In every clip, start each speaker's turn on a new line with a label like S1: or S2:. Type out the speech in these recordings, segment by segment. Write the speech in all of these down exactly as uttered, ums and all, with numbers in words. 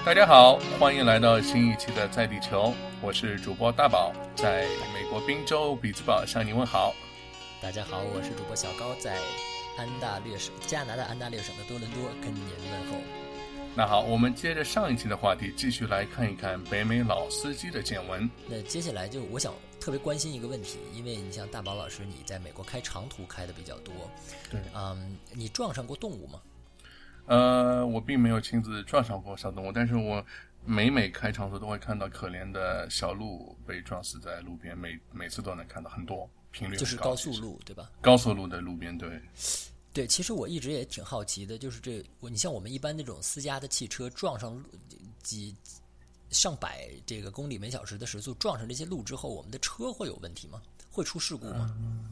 S1: 大家好，欢迎来到新一期的在地球，我是主播大宝，在美国宾州比兹堡向您问好。
S2: 大家好，我是主播小高，在安大略省加拿大安大略省的多伦多跟您问候。
S1: 那好，我们接着上一期的话题，继续来看一看北美老司机的见闻。
S2: 那接下来就我想特别关心一个问题，因为你像大宝老师，你在美国开长途开的比较多，
S1: 对，
S2: 嗯，你撞上过动物吗？
S1: 呃，我并没有亲自撞上过小动物，但是我每每开长途都会看到可怜的小鹿被撞死在路边，每每次都能看到很多，频率很高，
S2: 就是高速路对吧？
S1: 高速路的路边，对。
S2: 对，其实我一直也挺好奇的，就是这我你像我们一般那种私家的汽车撞上几上百这个公里每小时的时速撞上这些路之后，我们的车会有问题吗？会出事故吗？
S1: 嗯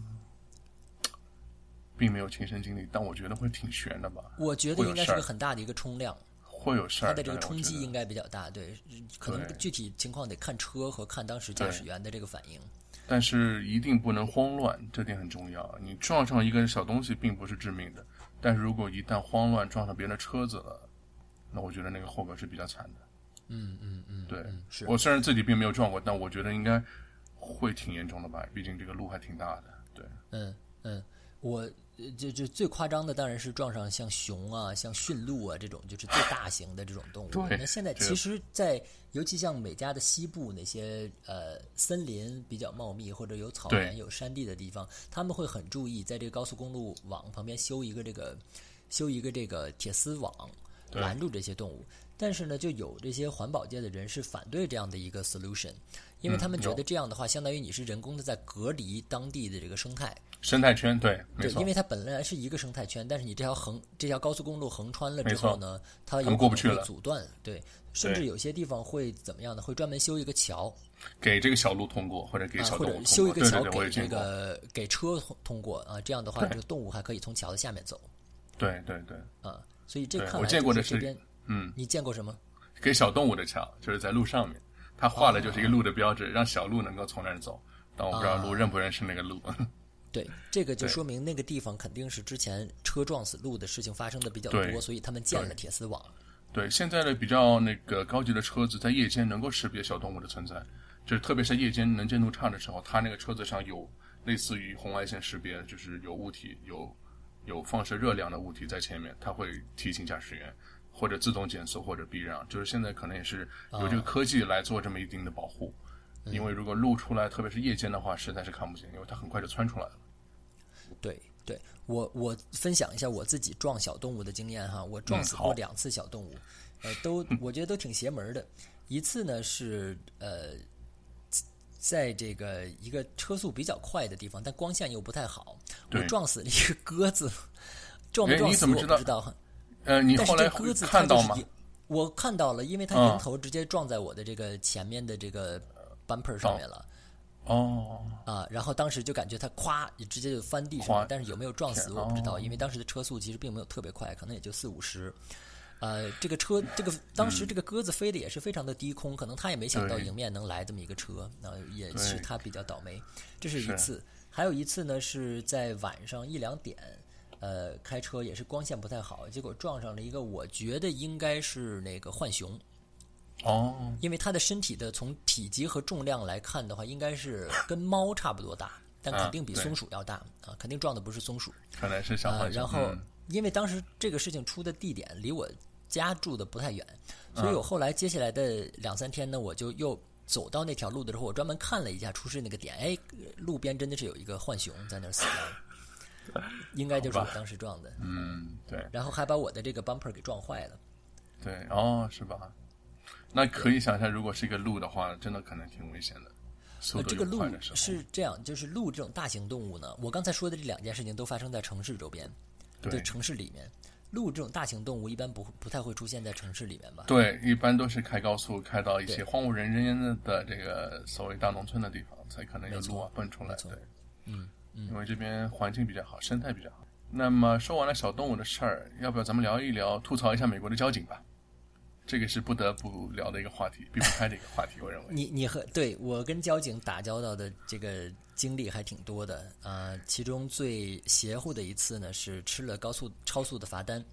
S1: 并没有亲身经历，但我觉得会挺悬的吧。
S2: 我觉得应该是个很大的一个冲量，
S1: 会有事儿，
S2: 它的这个冲击应该比较大。对，可能具体情况得看车和看当时驾驶员的这个反应。
S1: 但是一定不能慌乱，这点很重要。你撞上一个小东西并不是致命的，但是如果一旦慌乱撞上别人的车子了，那我觉得那个后果是比较惨的。
S2: 嗯嗯嗯，
S1: 对，
S2: 嗯是
S1: 我虽然自己并没有撞过，但我觉得应该会挺严重的吧，毕竟这个路还挺大的。对，
S2: 嗯嗯，我就就最夸张的当然是撞上像熊啊、像驯鹿啊这种，就是最大型的这种动物。
S1: 对，
S2: 那现在其实在，在尤其像美加的西部那些呃森林比较茂密或者有草原、有山地的地方，他们会很注意在这个高速公路网旁边修一个这个修一个这个铁丝网，拦住这些动物。但是呢，就有这些环保界的人是反对这样的一个 solution， 因为他们觉得这样的话，相当于你是人工的在隔离当地的这个生态。
S1: 生态圈，对，没
S2: 错。对，因为它本来是一个生态圈，但是你这条横这条高速公路横穿了之后呢，它有可能会阻断，对，甚至有些地方会怎么样呢？会专门修一个桥，
S1: 给这个小路通过，或者给小动物通过，
S2: 啊、或者修一个桥给
S1: 这
S2: 个给车通过啊，这样的话，这个动物还可以从桥的下面走。
S1: 对对对，
S2: 啊，所以这看来
S1: 我见过的
S2: 是这边，
S1: 嗯，
S2: 你见过什么？
S1: 给小动物的桥，就是在路上面，它画的就是一个路的标志，哦、让小鹿能够从那儿走。但我不知道鹿认不认识那个路。啊
S2: 对，这个就说明那个地方肯定是之前车撞死鹿的事情发生的比较多，所以他们建了铁丝网。
S1: 对，现在的比较那个高级的车子在夜间能够识别小动物的存在，就是特别是夜间能见度差的时候，它那个车子上有类似于红外线识别，就是有物体有有放射热量的物体在前面，它会提醒驾驶员或者自动减速或者避让，就是现在可能也是有这个科技来做这么一定的保护。哦、因为如果路出来，特别是夜间的话，实在是看不见，因为它很快就窜出来了。
S2: 对对，我我分享一下我自己撞小动物的经验哈，我撞死过两次小动物，嗯、呃，都我觉得都挺邪门的。一次呢是呃，在这个一个车速比较快的地方，但光线又不太好，我撞死了一个鸽子。撞没撞死我不知道。
S1: 呃，你后来
S2: 鸽子
S1: 看到吗？
S2: 我看到了，因为它迎头直接撞在我的这个前面的这个 bumper 上面了。
S1: 哦
S2: 啊，然后当时就感觉它咵也直接就翻地上了，但是有没有撞死我不知道，哦、因为当时的车速其实并没有特别快，可能也就四五十。呃，这个车这个当时这个鸽子飞的也是非常的低空，嗯、可能他也没想到迎面能来这么一个车，那也是他比较倒霉。这是一次，还有一次呢是在晚上一两点，呃，开车也是光线不太好，结果撞上了一个我觉得应该是那个浣熊。
S1: 哦，
S2: 因为它的身体的从体积和重量来看的话，应该是跟猫差不多大，但肯定比松鼠要大 啊, 啊，肯定撞的不是松鼠，
S1: 可能是小浣熊。
S2: 呃、然后、嗯，因为当时这个事情出的地点离我家住的不太远，所以我后来接下来的两三天呢，我就又走到那条路的时候，我专门看了一下出事那个点，哎，路边真的是有一个浣熊在那儿死掉，应该就是我当时撞的。
S1: 嗯，对。
S2: 然后还把我的这个 bumper 给撞坏了。
S1: 对，哦，是吧？那可以想象，如果是一个鹿的话，真的可能挺危险的。速度
S2: 这个鹿
S1: 快的时候
S2: 是这样，就是鹿这种大型动物呢，我刚才说的这两件事情都发生在城市周边，
S1: 对，
S2: 对城市里面。鹿这种大型动物一般不不太会出现在城市里面吧？
S1: 对，一般都是开高速开到一些荒无人烟的这个所谓大农村的地方，才可能有鹿啊蹦出来。对，
S2: 嗯嗯，
S1: 因为这边环境比较好，生态比较好。那么说完了小动物的事儿，要不要咱们聊一聊，吐槽一下美国的交警吧？这个是不得不聊的一个话题，避不开的一个话题，我认为。
S2: 你你和对我跟交警打交道的这个经历还挺多的啊、呃，其中最邪乎的一次呢是吃了高速超速的罚单。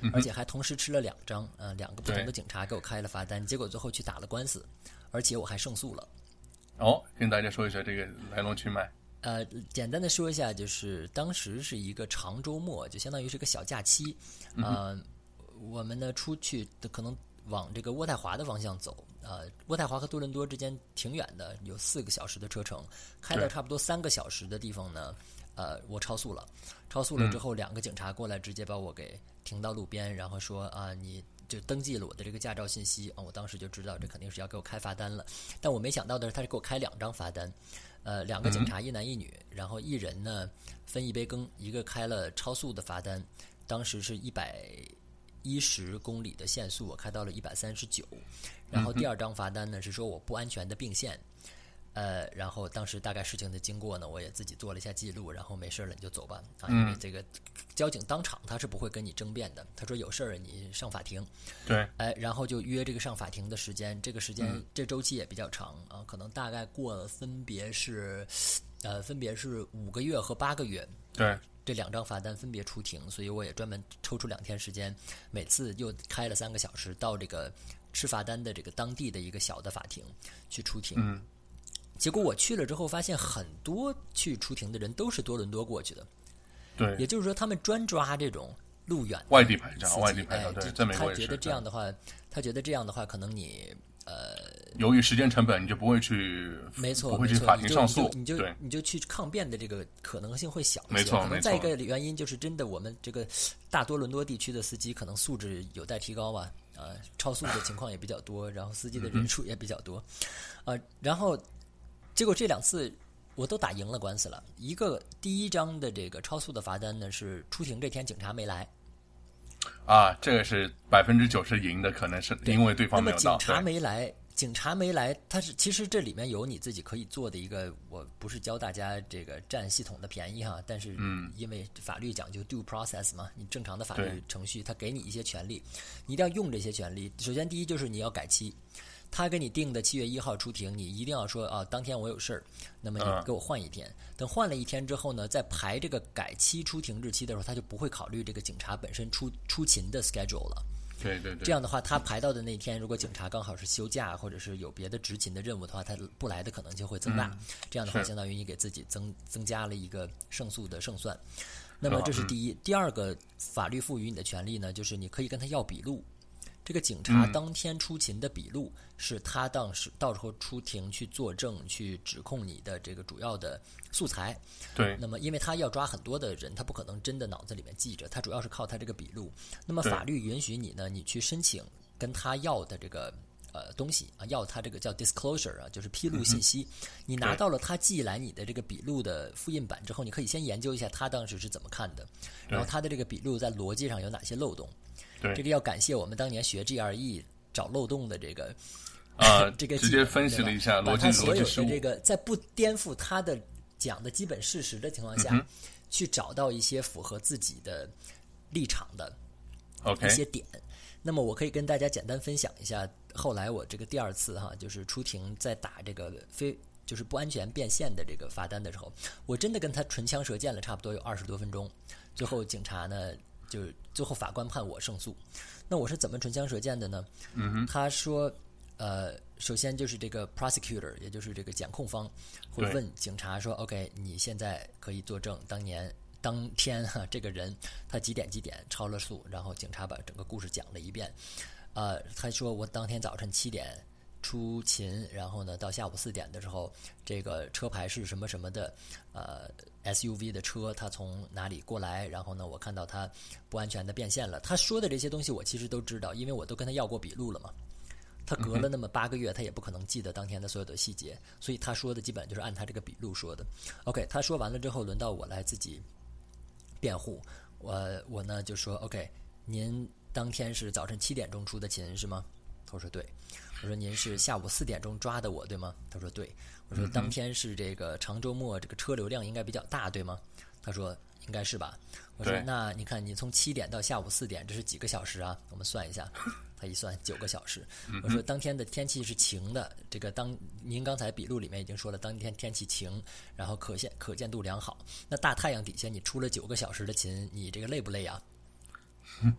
S2: 而且还同时吃了两张，呃，两个不同的警察给我开了罚单，结果最后去打了官司，而且我还胜诉了。
S1: 哦，跟大家说一下这个来龙去脉。
S2: 呃，简单的说一下，就是当时是一个长周末，就相当于是个小假期，呃，嗯、我们呢出去的可能往这个渥太华的方向走，呃，渥太华和多伦多之间挺远的，有四个小时的车程，开到差不多三个小时的地方呢，呃，我超速了，超速了之后，两个警察过来直接把我给停到路边，然后说啊，你就登记了我的这个驾照信息啊，我当时就知道这肯定是要给我开罚单了，但我没想到的是，他是给我开两张罚单。呃，两个警察，一男一女，然后一人呢分一杯羹，一个开了超速的罚单，当时是一百一十公里的限速，我开到了一百三十九，然后第二张罚单呢是说我不安全的并线，呃，然后当时大概事情的经过呢，我也自己做了一下记录，然后没事了你就走吧啊，因为这个交警当场他是不会跟你争辩的，他说有事儿你上法庭，
S1: 对，
S2: 哎，然后就约这个上法庭的时间，这个时间、嗯、这周期也比较长啊，可能大概过了分别是，呃，分别是五个月和八个月，
S1: 对，
S2: 这两张罚单分别出庭，所以我也专门抽出两天时间，每次又开了三个小时到这个吃罚单的这个当地的一个小的法庭去出庭。
S1: 嗯。
S2: 结果我去了之后，发现很多去出庭的人都是多伦多过去的，
S1: 对，
S2: 也就是说他们专抓这种路远
S1: 外地牌照，外地牌照，
S2: 哎、
S1: 对，在美国也是。
S2: 他觉得这样的话，他觉得这样的话，可能你呃，
S1: 由于时间成本，你就不会去，
S2: 没错，
S1: 不会去法庭上诉，
S2: 你就你就
S1: 对，
S2: 你就去抗辩的这个可能性会小一些。
S1: 没错，
S2: 可能再一个原因就是真的，我们这个大多伦多地区的司机可能素质有待提高吧，啊、呃，超速的情况也比较多，然后司机的人数也比较多，啊、呃，然后。结果这两次我都打赢了官司了。一个第一张的这个超速的罚单呢，是出庭这天警察没来。
S1: 啊，这个是百分之九十赢的，可能是因为对方没有到。
S2: 那么警察没来，警察没来，他是其实这里面有你自己可以做的一个，我不是教大家这个占系统的便宜哈，但是因为法律讲究 due process 嘛，你正常的法律程序，他给你一些权利，你一定要用这些权利。首先第一就是你要改期。他给你定的七月一号出庭，你一定要说啊，当天我有事儿，那么你给我换一天。嗯、等换了一天之后呢，在排这个改期出庭日期的时候，他就不会考虑这个警察本身出出勤的 schedule 了。
S1: 对对对。
S2: 这样的话，他排到的那天，如果警察刚好是休假或者是有别的执勤的任务的话，他不来的可能性会增大。嗯、这样的话，相当于你给自己增增加了一个胜诉的胜算。那么这是第一，嗯、第二个法律赋予你的权利呢，就是你可以跟他要笔录。这个警察当天出勤的笔录是他当时到时候出庭去作证、去指控你的这个主要的素材。
S1: 对。
S2: 那么，因为他要抓很多的人，他不可能真的脑子里面记着，他主要是靠他这个笔录。那么，法律允许你呢，你去申请跟他要的这个呃东西啊，要他这个叫 disclosure 啊，就是披露信息。嗯、你拿到了他寄来你的这个笔录的复印版之后，你可以先研究一下他当时是怎么看的，然后他的这个笔录在逻辑上有哪些漏洞。这个要感谢我们当年学 G R E 找漏洞的这个
S1: 啊，
S2: 这个
S1: 直接分析了一下逻辑
S2: 所有的这个在不颠覆他的讲的基本事实的情况下，嗯、去找到一些符合自己的立场的一些点。Okay. 那么我可以跟大家简单分享一下，后来我这个第二次哈，就是出庭在打这个非就是不安全变线的这个罚单的时候，我真的跟他唇枪舌剑了差不多有二十多分钟，最后警察呢。就是最后法官判我胜诉，那我是怎么唇枪舌剑的呢？
S1: 嗯哼，
S2: 他说，呃，首先就是这个 prosecutor， 也就是这个检控方会问警察说 ，OK， 你现在可以作证，当年当天哈、啊，这个人他几点几点超了速，然后警察把整个故事讲了一遍。呃，他说我当天早晨七点出勤，然后呢到下午四点的时候，这个车牌是什么什么的，呃。S U V 的车，他从哪里过来？然后呢，我看到他不安全的变线了。他说的这些东西我其实都知道，因为我都跟他要过笔录了嘛。他隔了那么八个月，他也不可能记得当天的所有的细节，所以他说的基本就是按他这个笔录说的。OK， 他说完了之后，轮到我来自己辩护。我我呢就说 OK， 您当天是早晨七点钟出的勤是吗？他说对。我说您是下午四点钟抓的我对吗？他说对。我说当天是这个长周末，这个车流量应该比较大对吗？他说应该是吧。我说那你看你从七点到下午四点，这是几个小时啊？我们算一下，他一算九个小时。我说当天的天气是晴的，这个当您刚才笔录里面已经说了，当天天气晴，然后可见可见度良好。那大太阳底下你出了九个小时的勤，你这个累不累啊？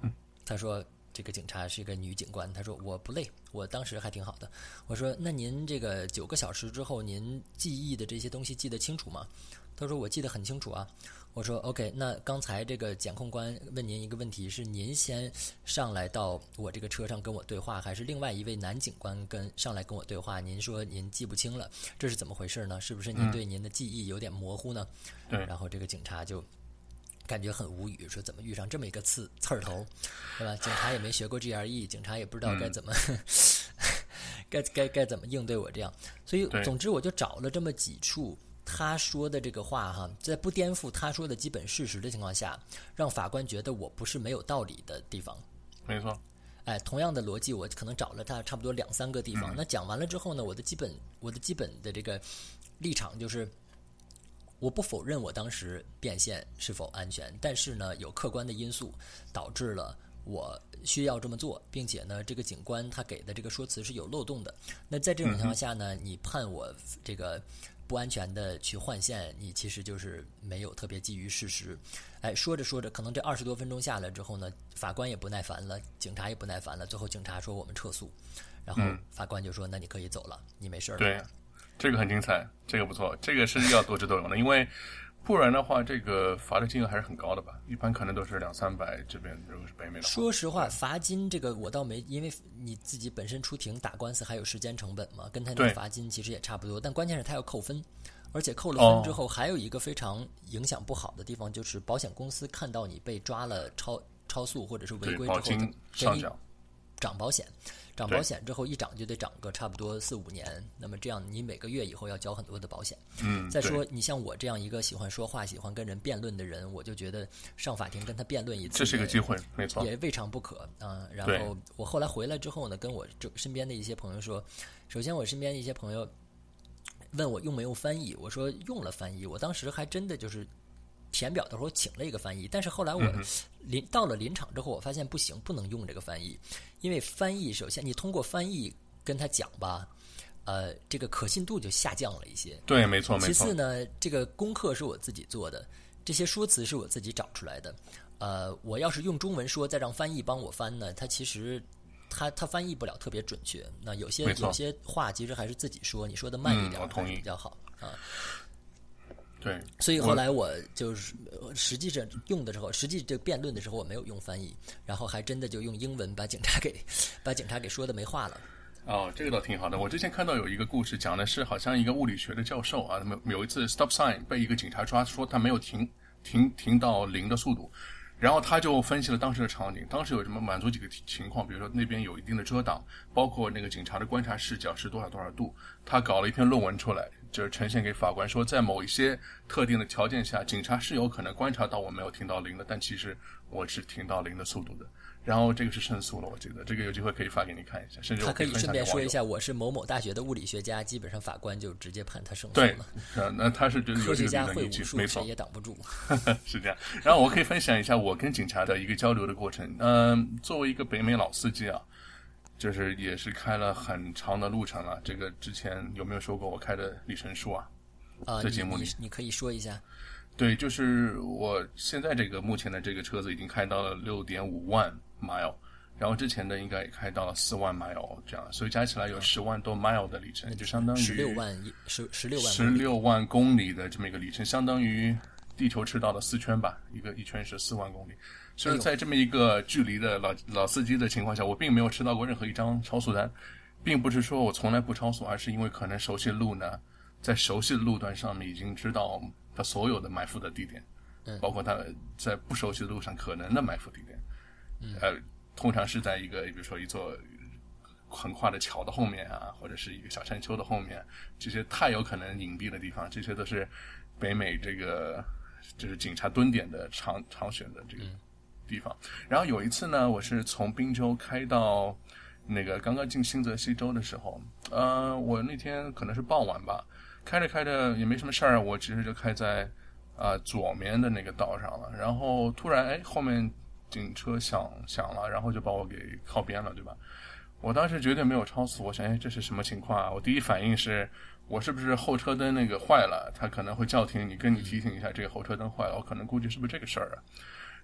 S2: 他说这个警察是一个女警官，他说我不累，我当时还挺好的。我说那您这个九个小时之后，您记忆的这些东西记得清楚吗？他说我记得很清楚啊。我说 OK， 那刚才这个检控官问您一个问题，是您先上来到我这个车上跟我对话，还是另外一位男警官跟上来跟我对话？您说您记不清了，这是怎么回事呢？是不是您对您的记忆有点模糊呢？
S1: 对、嗯。
S2: 然后这个警察就感觉很无语，说怎么遇上这么一个刺刺儿头，对吧？警察也没学过 G R E， 警察也不知道该怎么、嗯、该该该怎么应对我这样。所以总之我就找了这么几处他说的这个话哈，在不颠覆他说的基本事实的情况下，让法官觉得我不是没有道理的地方。
S1: 没错。
S2: 哎，同样的逻辑，我可能找了他差不多两三个地方。
S1: 嗯、
S2: 那讲完了之后呢，我的基本我的基本的这个立场就是，我不否认我当时变现是否安全，但是呢，有客观的因素导致了我需要这么做，并且呢，这个警官他给的这个说辞是有漏洞的。那在这种情况下呢，你判我这个不安全的去换线，你其实就是没有特别基于事实。哎，说着说着，可能这二十多分钟下来之后呢，法官也不耐烦了，警察也不耐烦了，最后警察说我们撤诉，然后法官就说、嗯、那你可以走了，你没事了。
S1: 对，这个很精彩，这个不错，这个是要多智多勇的，因为不然的话，这个罚的金额还是很高的吧？一般可能都是两三百，这边如果是北美的话。
S2: 说实话，罚金这个我倒没，因为你自己本身出庭打官司还有时间成本嘛，跟他那个罚金其实也差不多。但关键是他要扣分，而且扣了分之后，哦、还有一个非常影响不好的地方，就是保险公司看到你被抓了超超速或者是违规之后，给你涨保险。涨保险之后一涨就得涨个差不多四五年，那么这样你每个月以后要交很多的保险。
S1: 嗯，
S2: 再说你像我这样一个喜欢说话、喜欢跟人辩论的人，我就觉得上法庭跟他辩论一次，
S1: 这是个机会，没错，
S2: 也未尝不可啊、呃。然后我后来回来之后呢，跟我这身边的一些朋友说，首先我身边的一些朋友问我用没用翻译，我说用了翻译，我当时还真的就是填表的时候请了一个翻译，但是后来我临、嗯、到了临场之后，我发现不行，不能用这个翻译，因为翻译首先你通过翻译跟他讲吧，呃，这个可信度就下降了一些。
S1: 对，没错，没错。
S2: 其次呢，这个功课是我自己做的，这些说辞是我自己找出来的。呃，我要是用中文说，再让翻译帮我翻呢，它其实他他翻译不了特别准确。那有些有些话其实还是自己说，你说的慢一点、
S1: 嗯、我同意
S2: 比较好啊。
S1: 对，
S2: 所以后来我就是实际上用的时候，实际这辩论的时候我没有用翻译，然后还真的就用英文把警察给把警察给说的没话了。
S1: 哦，这个倒挺好的。我之前看到有一个故事，讲的是好像一个物理学的教授啊，有一次 stop sign 被一个警察抓，说他没有停停停到零的速度，然后他就分析了当时的场景，当时有什么满足几个情况，比如说那边有一定的遮挡，包括那个警察的观察视角是多少多少度，他搞了一篇论文出来，就是呈现给法官说，在某一些特定的条件下，警察是有可能观察到我没有停到零的，但其实我是停到零的速度的。然后这个是胜诉了，我记得这个有机会可以发给你看一下，甚至我
S2: 他可以顺便说一下，我是某某大学的物理学家，基本上法官就直接判他胜诉了。
S1: 对，那他是
S2: 科学家会武术，谁也挡不住。
S1: 是这样。然后我可以分享一下我跟警察的一个交流的过程。嗯、呃，作为一个北美老司机啊，就是也是开了很长的路程了。这个之前有没有说过我开的里程数啊？
S2: 啊、呃，
S1: 在节目里
S2: 你, 你, 你可以说一下。
S1: 对，就是我现在这个目前的这个车子已经开到了六点五万 mile。然后之前的应该也开到了四万 mile 这样，所以加起来有十万多 mile 的里程，就相当于
S2: 十六万十十六万
S1: 十六万公里的这么一个里程，相当于地球赤道的四圈吧，一个一圈是四万公里。所以在这么一个距离的老老司机的情况下，我并没有吃到过任何一张超速单，并不是说我从来不超速，而是因为可能熟悉路呢，在熟悉的路段上面已经知道他所有的埋伏的地点，
S2: 嗯，
S1: 包括他在不熟悉的路上可能的埋伏地点，
S2: 嗯，
S1: 呃。通常是在一个比如说一座横跨的桥的后面啊，或者是一个小山丘的后面，这些太有可能隐蔽的地方，这些都是北美这个就是警察蹲点的常常选的这个地方。然后有一次呢，我是从宾州开到那个刚刚进新泽西州的时候，呃，我那天可能是傍晚吧，开着开着也没什么事儿，我其实就开在啊、呃、左面的那个道上了，然后突然哎后面警车响响了，然后就把我给靠边了，对吧？我当时绝对没有超速，我想，哎，这是什么情况啊？我第一反应是，我是不是后车灯那个坏了？他可能会叫停你，跟你提醒一下，这个后车灯坏了。我可能估计是不是这个事儿啊？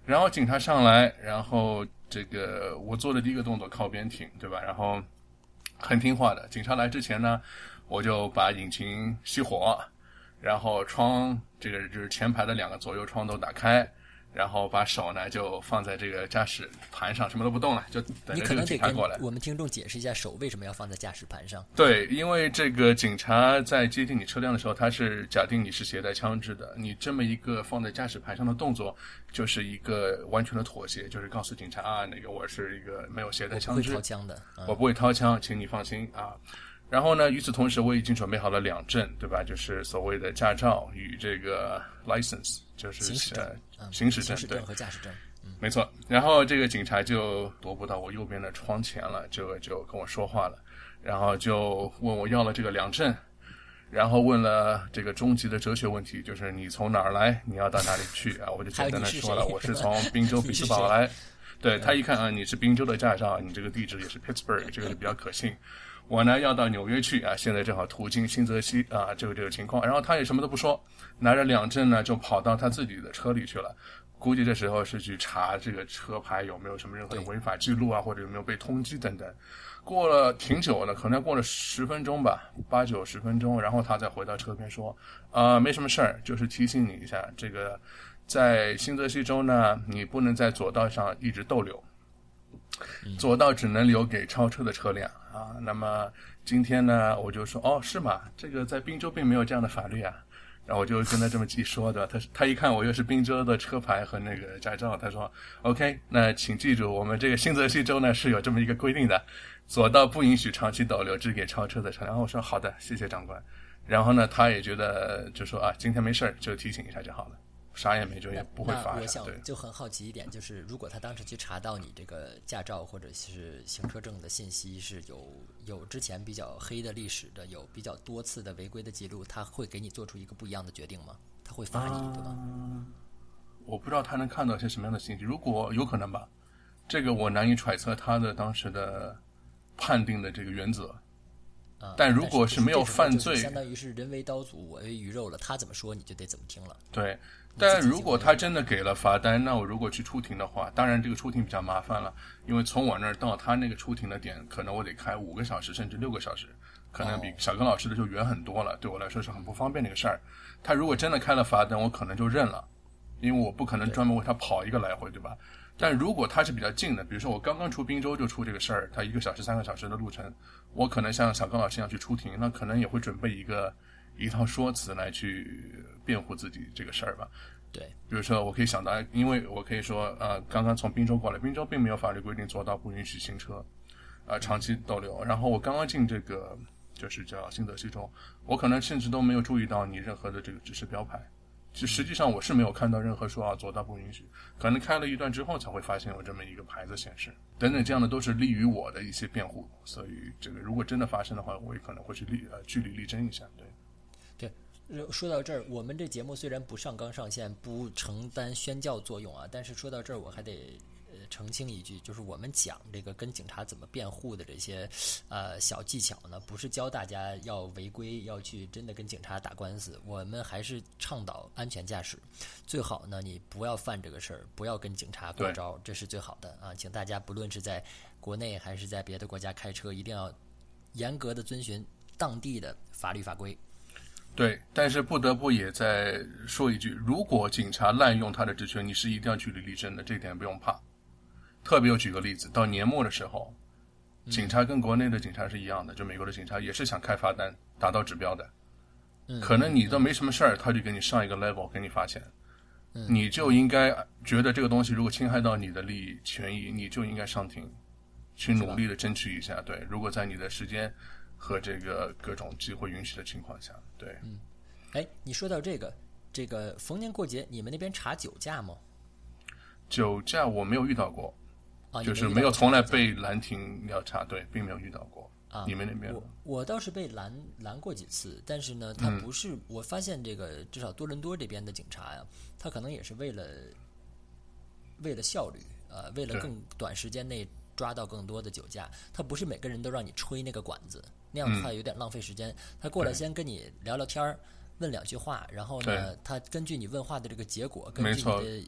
S1: 然后警察上来，然后这个我做的第一个动作靠边停，对吧？然后很听话的，警察来之前呢，我就把引擎熄火，然后窗这个就是前排的两个左右窗都打开，然后把手呢就放在这个驾驶盘上，什么都不动了，就等着这个警察过来。
S2: 你可能得跟我们听众解释一下手为什么要放在驾驶盘上。
S1: 对，因为这个警察在接近你车辆的时候，他是假定你是携带枪支的，你这么一个放在驾驶盘上的动作，就是一个完全的妥协，就是告诉警察啊，那个我是一个没有携带枪支，
S2: 我不会掏枪的，嗯、
S1: 我不会掏枪，请你放心啊。然后呢，与此同时，我已经准备好了两证，对吧？就是所谓的驾照与这个 license， 就是
S2: 行驶证、
S1: 呃、行驶证，
S2: 对，和驾驶证。嗯，
S1: 没错。然后这个警察就踱步到我右边的窗前了，就就跟我说话了，然后就问我要了这个两证，然后问了这个终极的哲学问题，就是你从哪儿来，你要到哪里去啊？我就简单的说了，我是从宾州比斯堡来。对，他一看啊，你是宾州的驾照，你这个地址也是 Pittsburgh， 这个就比较可信。我呢要到纽约去啊，现在正好途经新泽西啊，这个这个情况。然后他也什么都不说，拿着两证呢就跑到他自己的车里去了。估计这时候是去查这个车牌有没有什么任何的违法记录啊，或者有没有被通缉等等。过了挺久了，可能过了十分钟吧，八九十分钟，然后他再回到车边说，啊、呃，没什么事儿，就是提醒你一下，这个在新泽西州呢，你不能在左道上一直逗留。左道只能留给超车的车辆啊。那么今天呢，我就说哦，是吗？这个在宾州并没有这样的法律啊。然后我就跟他这么一说的，他他一看我又是宾州的车牌和那个驾照，他说 OK， 那请记住，我们这个新泽西州呢是有这么一个规定的，左道不允许长期逗留，只给超车的车辆。然后我说好的，谢谢长官。然后呢，他也觉得就说啊，今天没事，就提醒一下就好了。啥也没做，也不会罚。
S2: 那我想就很好奇一点，就是如果他当时去查到你这个驾照或者是行车证的信息是有有之前比较黑的历史的，有比较多次的违规的记录，他会给你做出一个不一样的决定吗？他会罚你，
S1: 啊、
S2: 对吗？
S1: 我不知道他能看到些什么样的信息，如果有可能吧，这个我难以揣测他的当时的判定的这个原则。
S2: 啊、
S1: 但如果是没有犯罪，
S2: 相当于是人为刀俎我为鱼肉了，他怎么说你就得怎么听了。
S1: 对。但如果他真的给了罚单，那我如果去出庭的话，当然这个出庭比较麻烦了，因为从我那儿到他那个出庭的点，可能我得开五个小时甚至六个小时，可能比小刚老师的就远很多了，对我来说是很不方便的一个事儿。他如果真的开了罚单，我可能就认了，因为我不可能专门为他跑一个来回，对吧？但如果他是比较近的，比如说我刚刚出宾州就出这个事儿，他一个小时三个小时的路程，我可能像小刚老师一样去出庭，那可能也会准备一个一套说辞来去辩护自己这个事儿吧。
S2: 对，
S1: 比如说我可以想到，因为我可以说呃刚刚从宾州过来，宾州并没有法律规定左道不允许行车呃长期逗留，然后我刚刚进这个就是叫新泽西州，我可能甚至都没有注意到你任何的这个指示标牌，就实际上我是没有看到任何说啊左道不允许，可能开了一段之后才会发现有这么一个牌子显示等等，这样的都是利于我的一些辩护，所以这个如果真的发生的话，我也可能会去力呃据理力争一下。对
S2: 对，说到这儿，我们这节目虽然不上纲上线，不承担宣教作用啊，但是说到这儿，我还得呃澄清一句，就是我们讲这个跟警察怎么辩护的这些呃小技巧呢，不是教大家要违规，要去真的跟警察打官司，我们还是倡导安全驾驶，最好呢你不要犯这个事儿，不要跟警察过招，这是最好的啊！请大家不论是在国内还是在别的国家开车，一定要严格的遵循当地的法律法规。
S1: 对，但是不得不也再说一句，如果警察滥用他的职权，你是一定要据理力争的，这一点不用怕。特别我举个例子，到年末的时候，警察跟国内的警察是一样的，就美国的警察也是想开罚单达到指标的，可能你都没什么事儿，他就给你上一个 level 给你罚钱，你就应该觉得这个东西如果侵害到你的利益权益，你就应该上庭去努力的争取一下。对，如果在你的时间和这个各种机会允许的情况下，对。
S2: 嗯，哎，你说到这个，这个逢年过节，你们那边查酒驾吗？
S1: 酒驾我没有遇到过，
S2: 啊、
S1: 就是没有从来被拦停要查，对，并没有遇到过。
S2: 啊，
S1: 你们那边？
S2: 我我倒是被拦拦过几次，但是呢，他不是、嗯，我发现这个至少多伦多这边的警察呀，他可能也是为了为了效率，呃，为了更短时间内抓到更多的酒驾，他不是每个人都让你吹那个管子。那样的话有点浪费时间、嗯、他过来先跟你聊聊天，问两句话，然后呢他根据你问话的这个结果，根据你的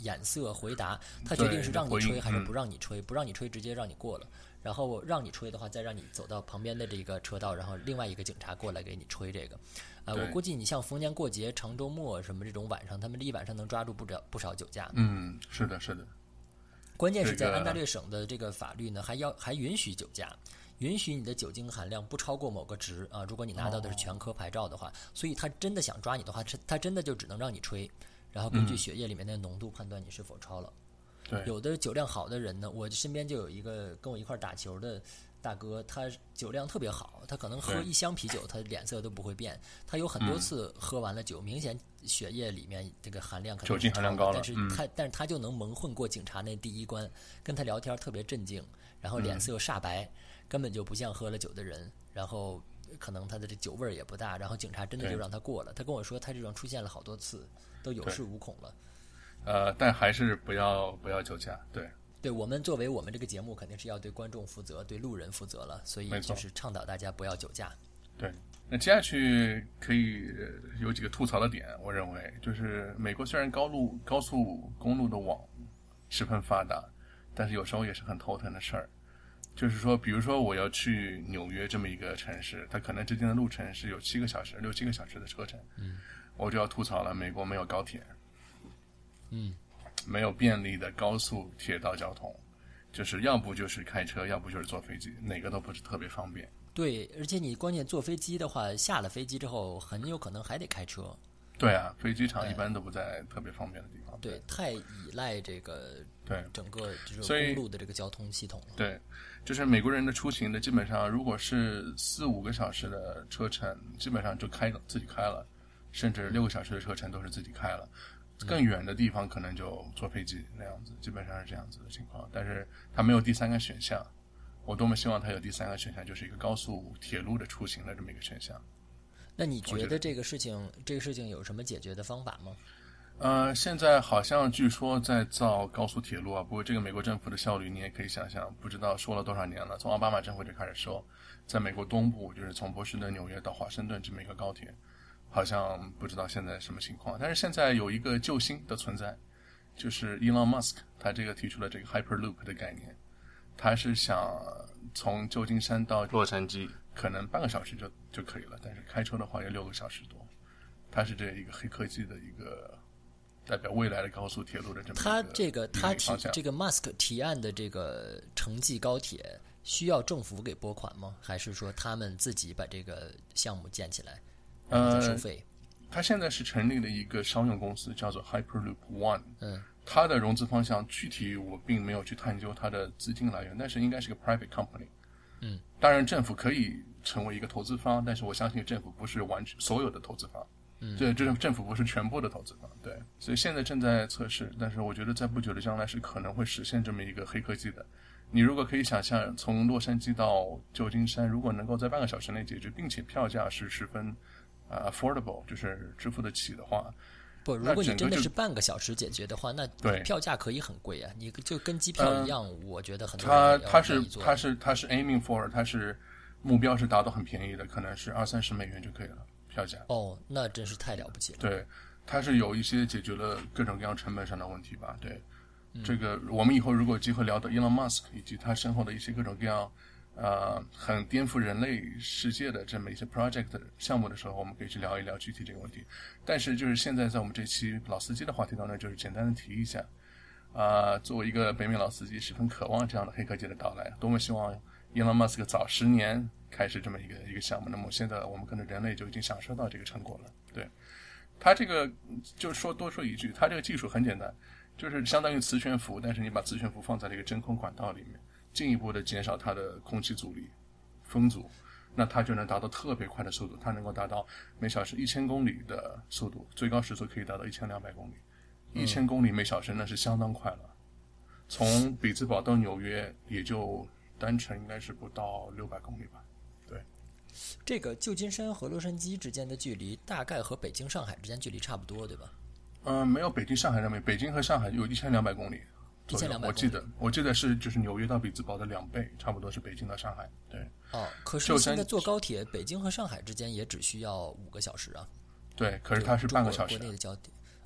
S2: 眼色回答，他决定是让你吹还是不让你吹，嗯、不让你吹直接让你过了，然后让你吹的话再让你走到旁边的这个车道，然后另外一个警察过来给你吹这个。呃，我估计你像逢年过节、长周末什么这种晚上，他们这一晚上能抓住不少不少酒驾。
S1: 嗯，是的，是的。
S2: 关键是在安大略省的这个法律呢，还要还允许酒驾，允许你的酒精含量不超过某个值啊。如果你拿到的是全科牌照的话，哦、所以他真的想抓你的话，他真的就只能让你吹，然后根据血液里面的浓度判断你是否超了。
S1: 对、嗯，
S2: 有的酒量好的人呢，我身边就有一个跟我一块打球的大哥，他酒量特别好，他可能喝一箱啤酒，他脸色都不会变。他有很多次喝完了酒，嗯、明显血液里面这个含量可能
S1: 酒精含量高了，
S2: 但是他、嗯、但是他就能蒙混过警察那第一关，跟他聊天特别镇静，然后脸色煞白，嗯、根本就不像喝了酒的人，然后可能他的这酒味也不大，然后警察真的就让他过了。他跟我说，他这种出现了好多次，都有恃无恐了。
S1: 呃，但还是不要不要酒驾，对。
S2: 对，我们作为我们这个节目肯定是要对观众负责，对路人负责了，所以就是倡导大家不要酒驾。
S1: 对，那接下去可以有几个吐槽的点，我认为就是美国虽然高路高速公路的网十分发达，但是有时候也是很头疼的事儿。就是说，比如说我要去纽约这么一个城市，它可能之间的路程是有七个小时、六七个小时的车程，
S2: 嗯，
S1: 我就要吐槽了，美国没有高铁，
S2: 嗯。
S1: 没有便利的高速铁道交通，就是要不就是开车，要不就是坐飞机，哪个都不是特别方便。
S2: 对，而且你关键坐飞机的话，下了飞机之后很有可能还得开车。
S1: 对啊，飞机场一般都不在特别方便的地方。
S2: 对，对太依赖这个
S1: 对
S2: 整个就是公路的这个交通系统了。
S1: 对，就是美国人的出行的，基本上如果是四五个小时的车程，基本上就开自己开了，甚至六个小时的车程都是自己开了。更远的地方可能就坐飞机那样子，基本上是这样子的情况。但是它没有第三个选项，我多么希望它有第三个选项，就是一个高速铁路的出行的这么一个选项。
S2: 那你觉得这个事情，这个事情有什么解决的方法吗？
S1: 呃，现在好像据说在造高速铁路啊，不过这个美国政府的效率你也可以想象，不知道说了多少年了，从奥巴马政府就开始说，在美国东部，就是从波士顿、纽约到华盛顿这么一个高铁。好像不知道现在什么情况，但是现在有一个救星的存在，就是 Elon Musk， 他这个提出了这个 Hyperloop 的概念，他是想从旧金山到洛杉矶可能半个小时就就可以了，但是开车的话要六个小时多。他是这一个黑科技的一个代表未来的高速铁路的这么一个
S2: 他这个他提这个 Musk 提案的这个城际高铁需要政府给拨款吗？还是说他们自己把这个项目建起来？
S1: 呃，
S2: 收费。
S1: 他现在是成立了一个商用公司，叫做 Hyperloop One。
S2: 嗯，
S1: 它的融资方向具体我并没有去探究它的资金来源，但是应该是个 private company。
S2: 嗯，
S1: 当然政府可以成为一个投资方，但是我相信政府不是完全所有的投资方。
S2: 嗯，
S1: 这这政府不是全部的投资方。对，所以现在正在测试，但是我觉得在不久的将来是可能会实现这么一个黑科技的。你如果可以想象，从洛杉矶到旧金山，如果能够在半个小时内解决，并且票价是十分Uh, affordable 就是支付得起的话，
S2: 不，如果你真的是半个小时解决的话，那票价可以很贵啊！你就跟机票一样，呃、我觉得很多人
S1: 他他是他是他是 aiming for， 他是目标是达到很便宜的，可能是二三十美元就可以了票价。
S2: 哦，那真是太了不起了。
S1: 对，他是有一些解决了各种各样成本上的问题吧？对，
S2: 嗯、
S1: 这个我们以后如果有机会聊到 Elon Musk 以及他身后的一些各种各样。呃，很颠覆人类世界的这么一些 project 项目的时候，我们可以去聊一聊具体这个问题。但是就是现在在我们这期老司机的话题当中，就是简单的提一下。啊、呃，作为一个北美老司机，十分渴望这样的黑科技的到来，多么希望 Elon Musk 早十年开始这么一个一个项目。那么现在我们可能人类就已经享受到这个成果了。对，他这个就说多说一句，他这个技术很简单，就是相当于磁悬浮，但是你把磁悬浮放在了一个真空管道里面。进一步的减少它的空气阻力风阻，那它就能达到特别快的速度，它能够达到每小时一千公里的速度，最高时速可以达到一千两百公里，一千公里每小时那是相当快了。从比兹堡到纽约也就单程应该是不到六百公里吧。对，
S2: 这个旧金山和洛杉矶之间的距离大概和北京上海之间距离差不多，对吧？
S1: 嗯、呃，没有北京上海那么，北京和上海有一千两百公里。
S2: 一千两百，
S1: 我记得，我记得是就是纽约到比兹堡的两倍，差不多是北京到上海。对。
S2: 哦，可是现在坐高铁，北京和上海之间也只需要五个小时啊。
S1: 对，可是它是半个小时。
S2: 国内的交点。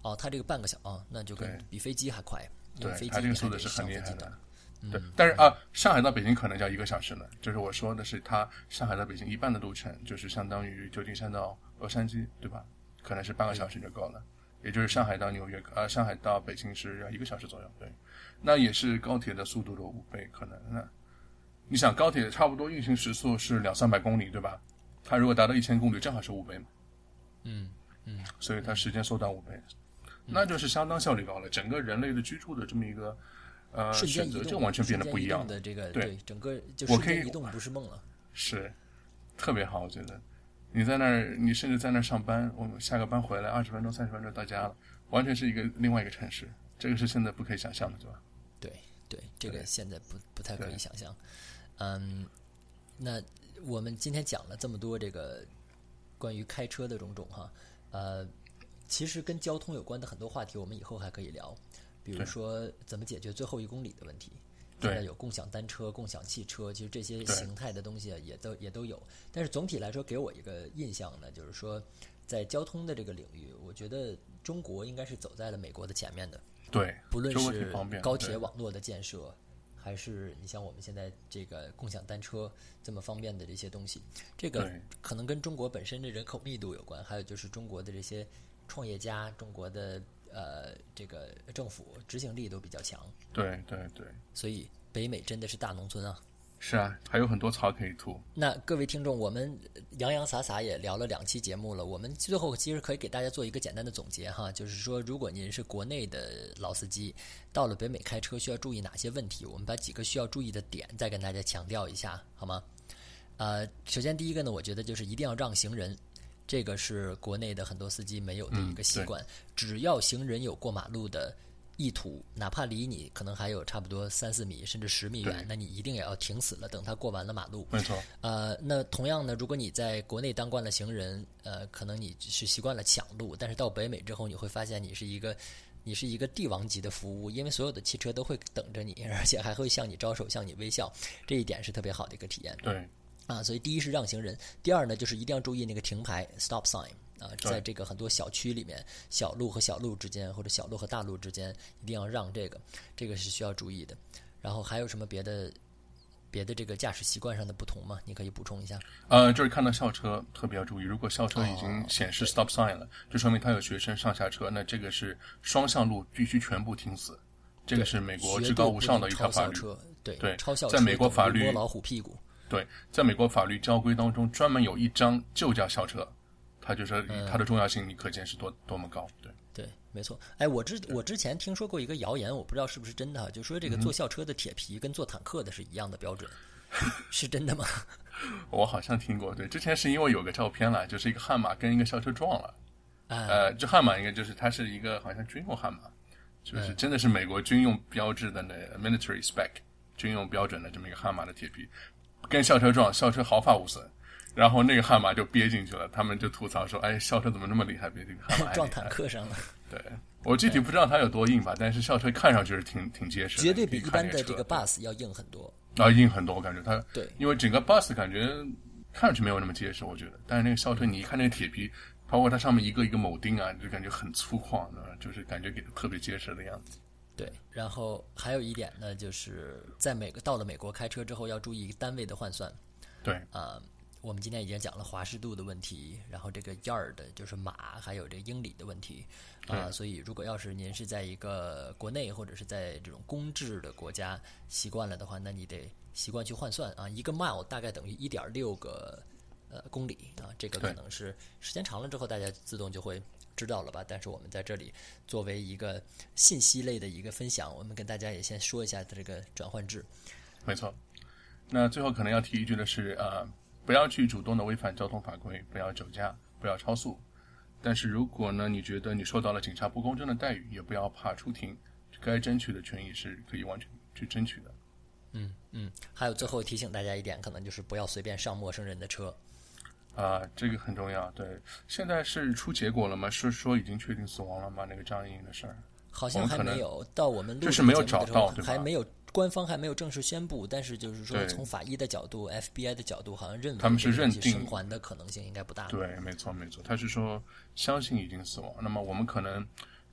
S2: 哦，它这个半个小啊，那就跟比飞机还快。
S1: 对，
S2: 飞机
S1: 它这个速度是很厉害的。
S2: 嗯、
S1: 对，但是啊，上海到北京可能要一个小时呢。就是我说的是，它上海到北京一半的路程，就是相当于旧金山到洛杉矶，对吧？可能是半个小时就够了。也就是上海到纽约，呃，上海到北京是要一个小时左右。对，那也是高铁的速度的五倍可能。那你想，高铁差不多运行时速是两三百公里，对吧？它如果达到一千公里，正好是五倍嘛。
S2: 嗯嗯，
S1: 所以它时间缩短五倍，嗯、那就是相当效率高了。整个人类的居住的这么一个呃选择就完全变得不一样
S2: 的这个
S1: 对,
S2: 对整个就瞬间移动不是梦了，
S1: 是特别好，我觉得。你在那儿，你甚至在那儿上班，我们下个班回来二十分钟、三十分钟到家了，完全是一个另外一个城市。这个是现在不可以想象的，对吧？
S2: 对对，这个现在不不太可以想象。嗯，那我们今天讲了这么多这个关于开车的种种哈，呃，其实跟交通有关的很多话题，我们以后还可以聊，比如说怎么解决最后一公里的问题。现在有共享单车、共享汽车，其实这些形态的东西也都也都有。但是总体来说，给我一个印象呢，就是说，在交通的这个领域，我觉得中国应该是走在了美国的前面的。
S1: 对，
S2: 不论是高铁网络的建设，还是你像我们现在这个共享单车这么方便的这些东西，这个可能跟中国本身的人口密度有关，还有就是中国的这些创业家、中国的呃这个政府执行力都比较强。
S1: 对对对，
S2: 所以北美真的是大农村啊。
S1: 是啊，还有很多草可以吐。
S2: 那各位听众，我们洋洋洒洒也聊了两期节目了，我们最后其实可以给大家做一个简单的总结哈，就是说，如果您是国内的老司机，到了北美开车需要注意哪些问题？我们把几个需要注意的点再跟大家强调一下，好吗？呃，首先第一个呢，我觉得就是一定要让行人，这个是国内的很多司机没有的一个习惯，嗯、只要行人有过马路的意图，哪怕离你可能还有差不多三四米甚至十米远，那你一定也要停死了，等他过完了马路。
S1: 没错。
S2: 呃，那同样呢，如果你在国内当惯了行人，呃，可能你是习惯了抢路，但是到北美之后，你会发现你是一个，你是一个帝王级的服务，因为所有的汽车都会等着你，而且还会向你招手、向你微笑，这一点是特别好的一个体验。
S1: 对。
S2: 啊，所以第一是让行人，第二呢就是一定要注意那个停牌 stop sign。啊，在这个很多小区里面，小路和小路之间，或者小路和大路之间，一定要让这个，这个是需要注意的。然后还有什么别的、别的这个驾驶习惯上的不同吗？你可以补充一下。
S1: 呃，就是看到校车特别要注意，如果校车已经显示 stop sign 了，哦、就说明它有学生上下车，那这个是双向路必须全部停死，这个是美国至高无上的一条法律。
S2: 对
S1: 对，
S2: 超校车
S1: 在美国法律
S2: 摸老虎屁股。
S1: 对，在美国法律交规当中，专门有一章就叫校车。它就是它的重要性，你可见是多、嗯、多么高，对
S2: 对，没错。哎，我之我之前听说过一个谣言，我不知道是不是真的，就说这个坐校车的铁皮跟坐坦克的是一样的标准，嗯、是真的吗？
S1: 我好像听过，对，之前是因为有个照片了，就是一个悍马跟一个校车撞了，哎、呃，这悍马应该就是它是一个好像军用悍马，就是真的是美国军用标志的那 military spec 军用标准的这么一个悍马的铁皮，跟校车撞，校车毫发无损。然后那个悍马就憋进去了，他们就吐槽说：“哎，校车怎么那么厉害，比这个悍马还厉害。”
S2: 撞坦克上了。
S1: 对，我具体不知道它有多硬吧，但是校车看上去是挺挺结实的，
S2: 绝对比一般的这个 bus 要硬很多。
S1: 啊，硬很多，我感觉它
S2: 对，
S1: 因为整个 bus 感觉看上去没有那么结实，我觉得，但是那个校车你一看那个铁皮，包括它上面一个一个铆钉啊，就感觉很粗犷的，就是感觉给它特别结实的样子。
S2: 对，然后还有一点呢，就是在美国到了美国开车之后要注意单位的换算。
S1: 对
S2: 啊。呃我们今天已经讲了华氏度的问题，然后这个 yard 就是码，还有这英里的问题啊、呃。所以如果要是您是在一个国内或者是在这种公制的国家习惯了的话，那你得习惯去换算啊。一个 mile 大概等于一点六个呃公里啊，这个可能是时间长了之后大家自动就会知道了吧。但是我们在这里作为一个信息类的一个分享，我们跟大家也先说一下它这个转换制。
S1: 没错。那最后可能要提一句的是呃。不要去主动的违反交通法规，不要酒驾，不要超速。但是如果呢，你觉得你受到了警察不公正的待遇，也不要怕出庭，该争取的权益是可以完全去争取的。
S2: 嗯嗯，还有最后提醒大家一点，可能就是不要随便上陌生人的车。
S1: 啊、呃，这个很重要。对，现在是出结果了吗？是说已经确定死亡了吗？那个张莹莹的事儿，
S2: 好像还没有。到我们录
S1: 就是没有找到，对吧？
S2: 还没有。官方还没有正式宣布，但是就是说，从法医的角度 ，F B I 的角度，好像认为
S1: 他们是认定
S2: 生还的可能性应该不大。
S1: 对，没错没错，他是说相信已经死亡。那么我们可能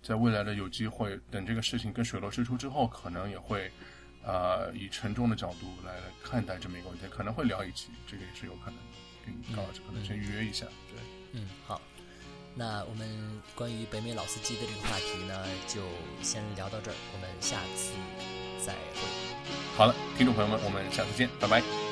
S1: 在未来的有机会，等这个事情更水落石出之后，可能也会呃以沉重的角度来看待这么一个问题，可能会聊一期，这个也是有可能的，跟高老师可能先预约一下。对，
S2: 嗯，好。那我们关于北美老司机的这个话题呢，就先聊到这儿，我们下次再会。
S1: 好的，听众朋友们，我们下次见，拜拜。